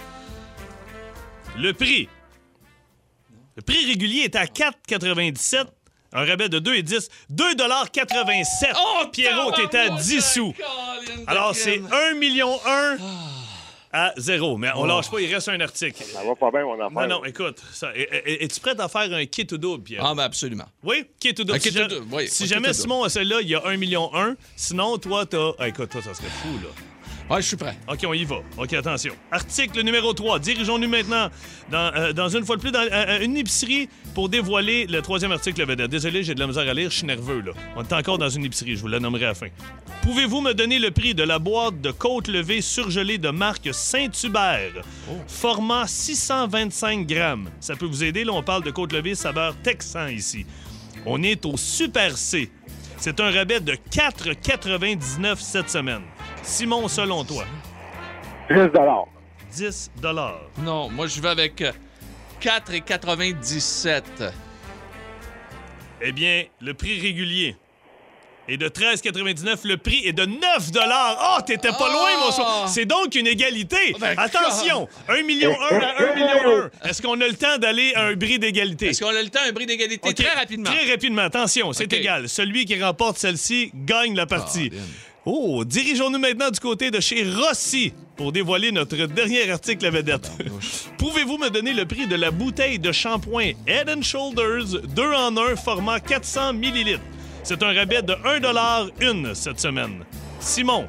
E: Le prix. Le prix régulier est à quatre quatre-vingt-dix-sept. Un rabais de deux et dix. deux dollars quatre-vingt-sept.
P: Oh,
E: Pierrot, t'étais à dix sous. Alors, c'est un million un à zéro. Mais on
R: oh.
E: lâche pas, il reste un article.
R: Ça va pas bien, mon enfant.
E: Non, non, écoute. Ça, es-tu prêt à faire un kit ou double, Pierre?
P: Ah, ben absolument.
E: Oui, kit ou double.
P: Un kit
E: Si,
P: ou double, oui,
E: si
P: un
E: jamais
P: kit ou
E: Simon a celle-là, il y a un million un. Sinon, toi, t'as... Ah, écoute, toi, ça serait fou, là.
P: Ouais, je suis prêt.
E: OK, on y va. OK, attention. Article numéro trois. Dirigeons-nous maintenant dans, euh, dans une fois de plus dans euh, une épicerie pour dévoiler le troisième article vedette. Désolé, j'ai de la misère à lire, je suis nerveux, là. On est encore dans une épicerie, je vous la nommerai à la fin. Pouvez-vous me donner le prix de la boîte de côte levée surgelée de marque Saint-Hubert? Oh. Format six cent vingt-cinq grammes. Ça peut vous aider, là, on parle de côte levée saveur texan ici. On est au Super C. C'est un rabais de quatre quatre-vingt-dix-neuf cette semaine. Simon, selon toi?
R: dix dollars.
E: dix dollars.
P: Non, moi, je vais avec quatre quatre-vingt-dix-sept.
E: Eh bien, le prix régulier est de treize quatre-vingt-dix-neuf. Le prix est de neuf dollars. Oh, t'étais pas loin, mon soir. C'est donc une égalité.
P: Oh, ben,
E: attention, un million un à un million un. Est-ce qu'on a le temps d'aller à un bris d'égalité?
P: Est-ce qu'on a le temps à un bris d'égalité? Okay. Très rapidement.
E: Très rapidement. Attention, c'est okay. Égal. Celui qui remporte celle-ci gagne la partie. Oh, oh, dirigeons-nous maintenant du côté de chez Rossi pour dévoiler notre dernier article à vedette. Pouvez-vous me donner le prix de la bouteille de shampoing Head and Shoulders deux en un format quatre cents millilitres? C'est un rabais de un dollar une cette semaine. Simon?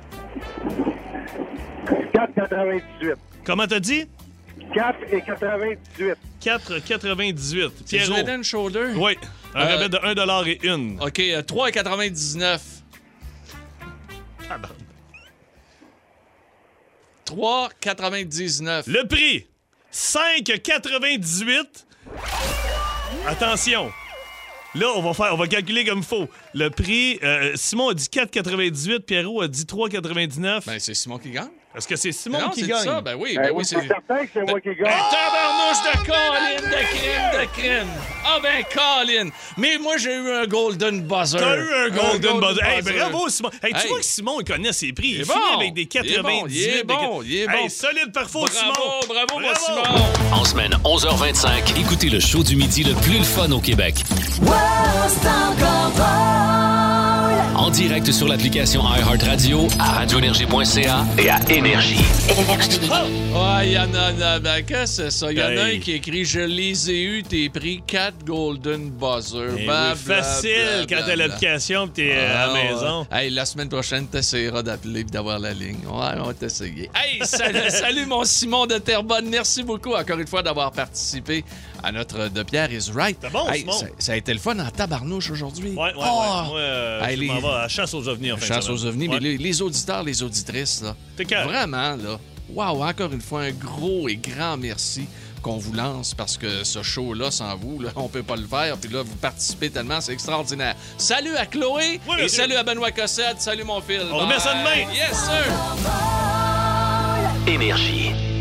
R: quatre quatre-vingt-dix-huit.
E: Comment t'as dit?
R: quatre quatre-vingt-dix-huit.
E: quatre quatre-vingt-dix-huit.
P: C'est Head and Shoulders?
E: Oui, un euh, rabais de un dollar et une.
P: OK, trois quatre-vingt-dix-neuf.
E: Ah ben.
P: trois quatre-vingt-dix-neuf.
E: Le prix, cinq quatre-vingt-dix-huit. Attention. Là, on va faire, on va calculer comme il faut. Le prix, euh, Simon a dit quatre quatre-vingt-dix-huit, Pierrot a dit trois quatre-vingt-dix-neuf.
P: Ben, c'est Simon qui gagne.
E: Est-ce que c'est Simon
P: non,
E: qui
P: c'est
E: gagne?
P: Ça? Ben oui,
R: ben,
P: ben
R: oui,
P: oui.
R: c'est certain que c'est moi qui gagne.
P: Ben, tabarnouche de Colin, de crime, de crime. Ah ben, Colin. Mais moi, j'ai eu un Golden Buzzer.
E: T'as eu un Golden, un golden Buzzer. Hey,
P: buzzer.
E: Bravo, Simon. Hey, tu
P: hey.
E: vois que Simon, il connaît ses prix. Il, il
P: bon.
E: finit avec des quatre-vingt-dix-huit.
P: Il est bon, il est bon.
E: Hey, solide parfait, Simon.
P: Bravo, bravo, bravo,
E: Simon.
B: En semaine, onze heures vingt-cinq, écoutez le show du midi le plus le fun au Québec.
G: Wow, c'est encore drôle.
B: En direct sur l'application iHeartRadio, à radio énergie point c a et à Énergie.
G: Énergie.
P: Ah, il y en a, ben, qu'est-ce que c'est ça? Il y en a un qui écrit « Je les ai eus, t'es pris quatre Golden Buzzer. »
E: Oui, facile quand t'as l'application et t'es
P: ah,
E: à la maison.
P: Ouais. Hey, la semaine prochaine, t'essaieras d'appeler et d'avoir la ligne. Ouais, on va t'essayer. Hey, salut, salut mon Simon de Terrebonne. Merci beaucoup encore une fois d'avoir participé à notre De Pierre is Right.
E: C'est bon,
P: hey,
E: Simon.
P: Ça, ça a été le fun en tabarnouche aujourd'hui.
E: Ouais, ouais,
P: oh!
E: ouais. Moi, euh, hey, je les... m'en vais à la chasse aux ovnis en fin de
P: Chasse aux ovnis, ouais. Mais les, les auditeurs, les auditrices, là.
E: T'es calme.
P: Vraiment, là. Wow, encore une fois, un gros et grand merci qu'on vous lance parce que ce show-là, sans vous, là, on peut pas le faire. Puis là, vous participez tellement, c'est extraordinaire. Salut à Chloé
E: oui,
P: et salut à Benoît Cossette. Salut mon fils.
E: On remet ça demain.
P: Yes, sir.
B: Énergie.